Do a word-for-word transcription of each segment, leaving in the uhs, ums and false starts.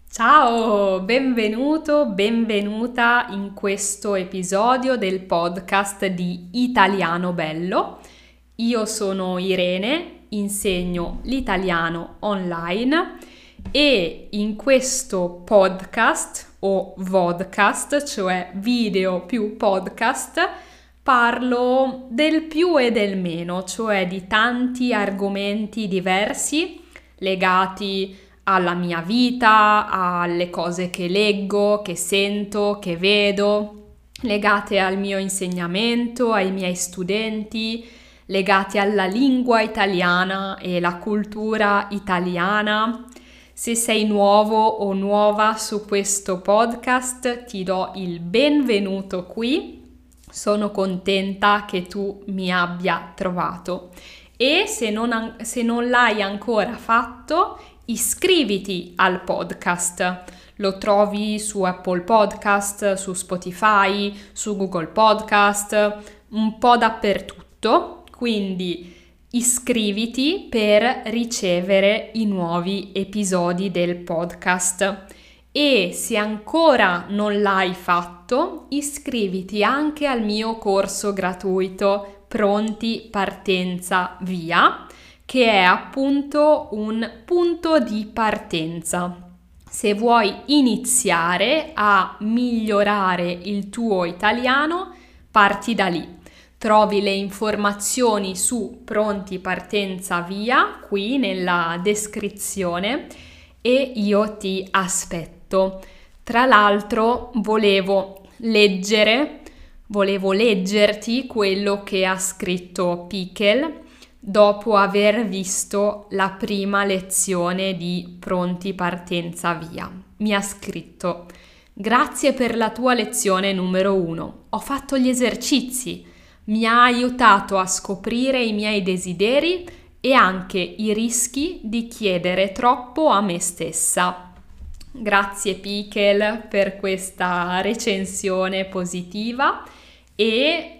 Ciao, benvenuto, benvenuta in questo episodio del podcast di Italiano Bello. Io sono Irene, insegno l'italiano online e in questo podcast o vodcast, cioè video più podcast, parlo del più e del meno, cioè di tanti argomenti diversi legati alla mia vita, alle cose che leggo, che sento, che vedo, legate al mio insegnamento, ai miei studenti, legati alla lingua italiana e la cultura italiana. Se sei nuovo o nuova su questo podcast, ti do il benvenuto qui. Sono contenta che tu mi abbia trovato e se non, se non l'hai ancora fatto, iscriviti al podcast. Lo trovi su Apple Podcast, su Spotify, su Google Podcast, un po' dappertutto. Quindi iscriviti per ricevere i nuovi episodi del podcast. E se ancora non l'hai fatto, iscriviti anche al mio corso gratuito Pronti Partenza Via, che è appunto un punto di partenza. Se vuoi iniziare a migliorare il tuo italiano, parti da lì. Trovi le informazioni su Pronti Partenza Via qui nella descrizione e io ti aspetto. Tra l'altro volevo leggere, volevo leggerti quello che ha scritto Pichel dopo aver visto la prima lezione di Pronti Partenza Via. Mi ha scritto: grazie per la tua lezione numero uno. Ho fatto gli esercizi, mi ha aiutato a scoprire i miei desideri e anche i rischi di chiedere troppo a me stessa. Grazie Pichel per questa recensione positiva e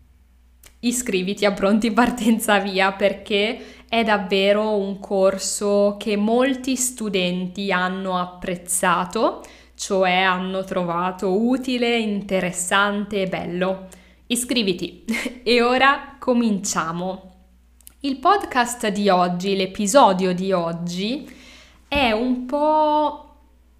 iscriviti a Pronti Partenza Via perché è davvero un corso che molti studenti hanno apprezzato, cioè hanno trovato utile, interessante e bello. Iscriviti e ora cominciamo. Il podcast di oggi, l'episodio di oggi è un po'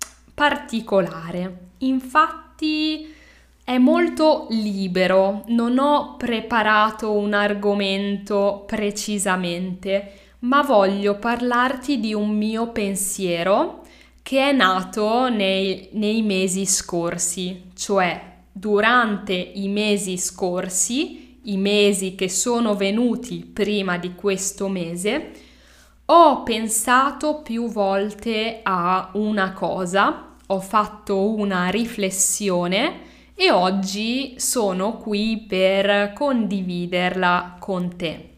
particolare, infatti è molto libero, non ho preparato un argomento precisamente, ma voglio parlarti di un mio pensiero che è nato nei, nei mesi scorsi, cioè durante i mesi scorsi, i mesi che sono venuti prima di questo mese, ho pensato più volte a una cosa, ho fatto una riflessione e oggi sono qui per condividerla con te.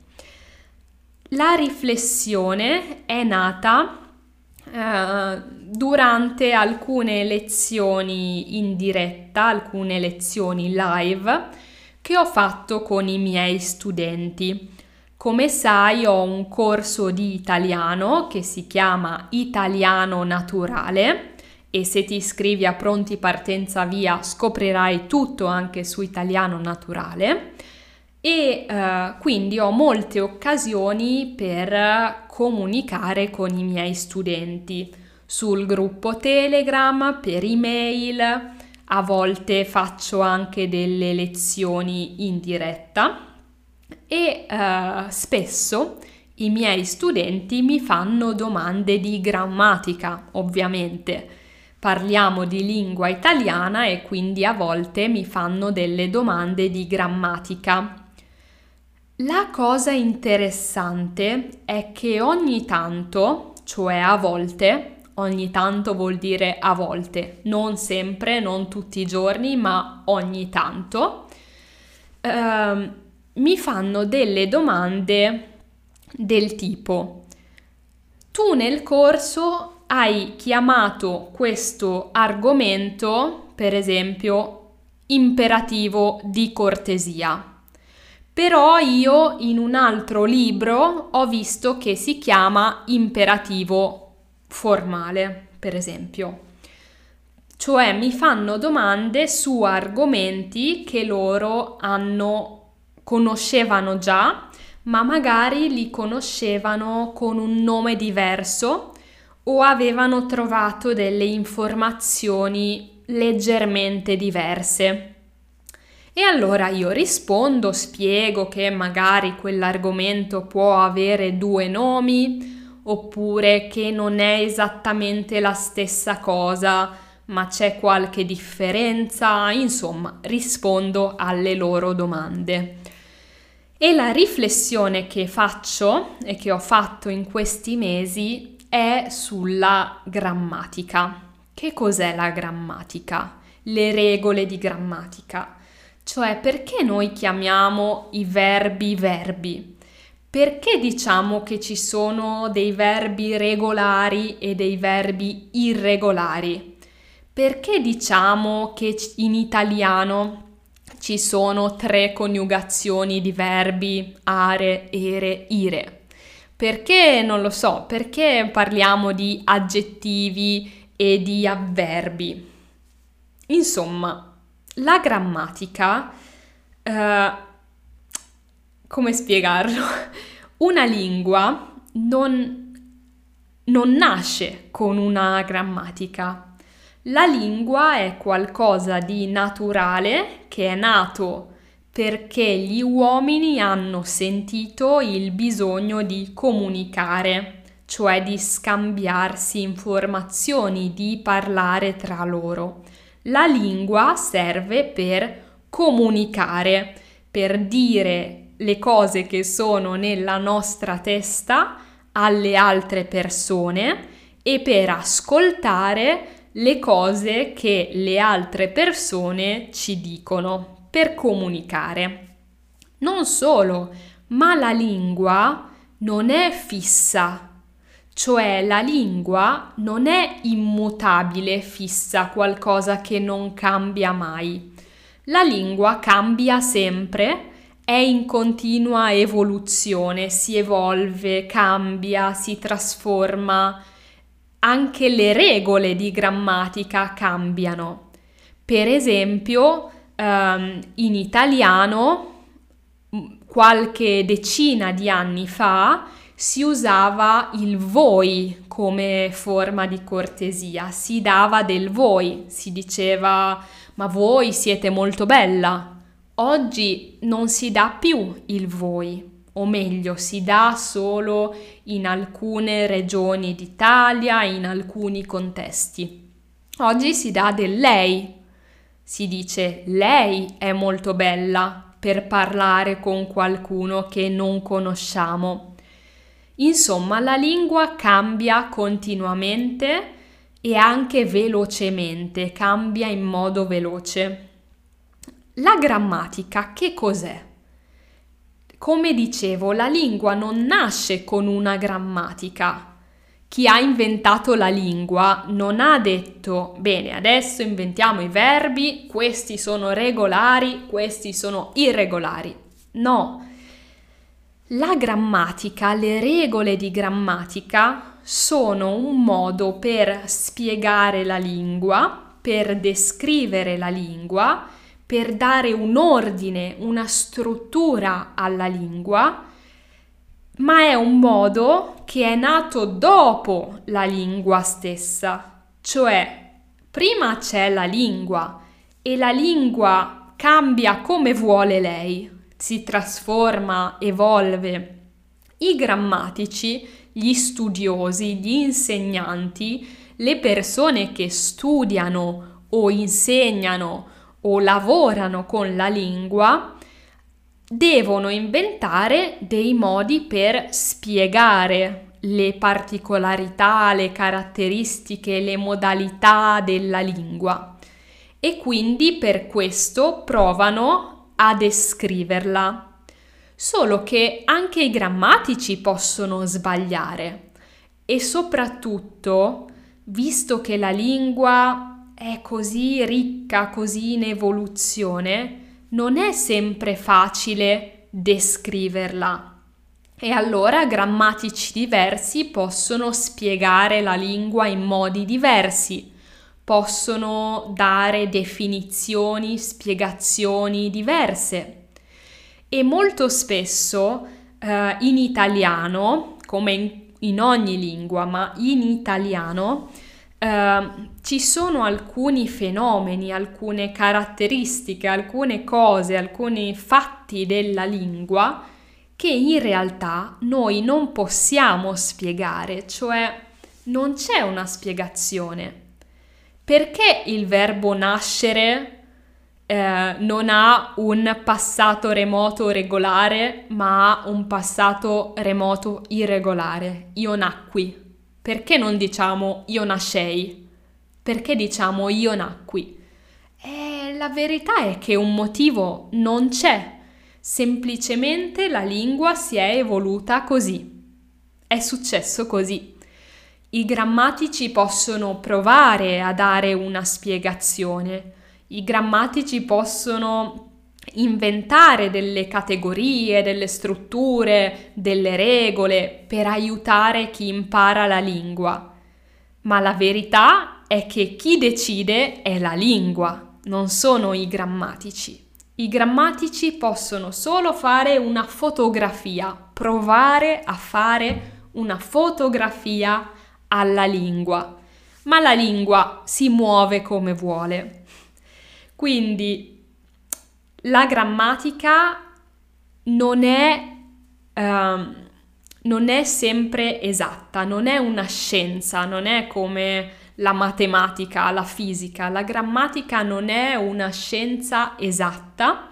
La riflessione è nata eh, durante alcune lezioni in diretta, alcune lezioni live che ho fatto con i miei studenti. Come sai, ho un corso di italiano che si chiama Italiano Naturale e se ti iscrivi a Pronti Partenza Via scoprirai tutto anche su Italiano Naturale e eh, quindi ho molte occasioni per comunicare con i miei studenti sul gruppo Telegram, per email, a volte faccio anche delle lezioni in diretta e eh, spesso i miei studenti mi fanno domande di grammatica, ovviamente. Parliamo di lingua italiana e quindi a volte mi fanno delle domande di grammatica. La cosa interessante è che ogni tanto, cioè a volte, ogni tanto vuol dire a volte, non sempre, non tutti i giorni, ma ogni tanto, ehm, mi fanno delle domande del tipo: tu nel corso hai chiamato questo argomento, per esempio, imperativo di cortesia, però io in un altro libro ho visto che si chiama imperativo formale, per esempio. cioè mi fanno domande su argomenti che loro hanno, conoscevano già, ma magari li conoscevano con un nome diverso o avevano trovato delle informazioni leggermente diverse. E allora io rispondo, spiego che magari quell'argomento può avere due nomi, oppure che non è esattamente la stessa cosa, ma c'è qualche differenza, insomma, rispondo alle loro domande. E la riflessione che faccio e che ho fatto in questi mesi è sulla grammatica. Che cos'è la grammatica? Le regole di grammatica. Cioè, perché noi chiamiamo i verbi verbi? Perché diciamo che ci sono dei verbi regolari e dei verbi irregolari? Perché diciamo che in italiano ci sono tre coniugazioni di verbi are, ere, ire? Perché, non lo so, perché parliamo di aggettivi e di avverbi? Insomma, la grammatica, eh, come spiegarlo? Una lingua non, non nasce con una grammatica. La lingua è qualcosa di naturale che è nato perché gli uomini hanno sentito il bisogno di comunicare, cioè di scambiarsi informazioni, di parlare tra loro. La lingua serve per comunicare, per dire le cose che sono nella nostra testa alle altre persone e per ascoltare le cose che le altre persone ci dicono, per comunicare. Non solo, ma la lingua non è fissa. Cioè la lingua non è immutabile, fissa, qualcosa che non cambia mai. La lingua cambia sempre, è in continua evoluzione, si evolve, cambia, si trasforma. Anche le regole di grammatica cambiano. Per esempio, ehm, in italiano, qualche decina di anni fa, si usava il voi come forma di cortesia, si dava del voi, si diceva ma voi siete molto bella. Oggi non si dà più il voi, o meglio si dà solo in alcune regioni d'Italia, in alcuni contesti. Oggi si dà del lei, si dice lei è molto bella per parlare con qualcuno che non conosciamo. Insomma, la lingua cambia continuamente e anche velocemente, cambia in modo veloce. La grammatica che cos'è? Come dicevo, la lingua non nasce con una grammatica. Chi ha inventato la lingua non ha detto, bene, adesso inventiamo i verbi, questi sono regolari, questi sono irregolari. No. La grammatica, le regole di grammatica sono un modo per spiegare la lingua, per descrivere la lingua, per dare un ordine, una struttura alla lingua, ma è un modo che è nato dopo la lingua stessa, cioè prima c'è la lingua e la lingua cambia come vuole lei, si trasforma, evolve. I grammatici, gli studiosi, gli insegnanti, le persone che studiano o insegnano o lavorano con la lingua, devono inventare dei modi per spiegare le particolarità, le caratteristiche, le modalità della lingua e quindi per questo provano a descriverla. Solo che anche i grammatici possono sbagliare e soprattutto, visto che la lingua è così ricca, così in evoluzione, non è sempre facile descriverla. E allora grammatici diversi possono spiegare la lingua in modi diversi, possono dare definizioni, spiegazioni diverse e molto spesso eh, in italiano, come in, in ogni lingua, ma in italiano eh, ci sono alcuni fenomeni, alcune caratteristiche, alcune cose, alcuni fatti della lingua che in realtà noi non possiamo spiegare, cioè non c'è una spiegazione. Perché il verbo nascere eh, non ha un passato remoto regolare, ma ha un passato remoto irregolare? Io nacqui. Perché non diciamo io nascei? Perché diciamo io nacqui? E la verità è che un motivo non c'è. Semplicemente la lingua si è evoluta così. È successo così. I grammatici possono provare a dare una spiegazione. I grammatici possono inventare delle categorie, delle strutture, delle regole per aiutare chi impara la lingua. Ma la verità è che chi decide è la lingua, non sono i grammatici. I grammatici possono solo fare una fotografia, provare a fare una fotografia alla lingua, ma la lingua si muove come vuole. Quindi la grammatica non è, um, non è sempre esatta, non è una scienza, non è come la matematica, la fisica. La grammatica non è una scienza esatta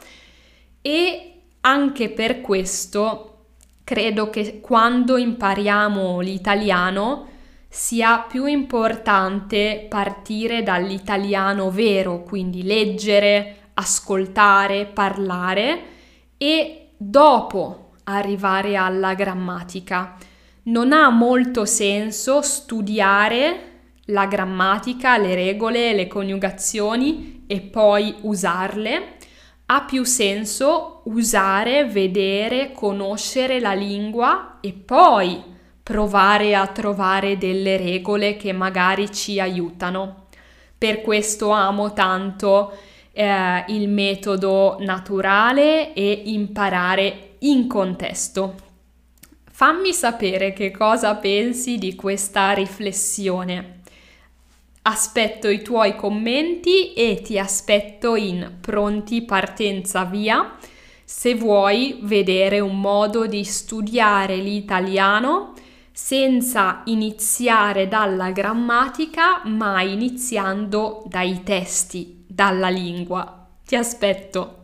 e anche per questo credo che quando impariamo l'italiano sia più importante partire dall'italiano vero, quindi leggere, ascoltare, parlare e dopo arrivare alla grammatica. Non ha molto senso studiare la grammatica, le regole, le coniugazioni e poi usarle. Ha più senso usare, vedere, conoscere la lingua e poi provare a trovare delle regole che magari ci aiutano. Per questo amo tanto eh, il metodo naturale e imparare in contesto. Fammi sapere che cosa pensi di questa riflessione. Aspetto i tuoi commenti e ti aspetto in Pronti Partenza Via se vuoi vedere un modo di studiare l'italiano senza iniziare dalla grammatica, ma iniziando dai testi, dalla lingua. Ti aspetto!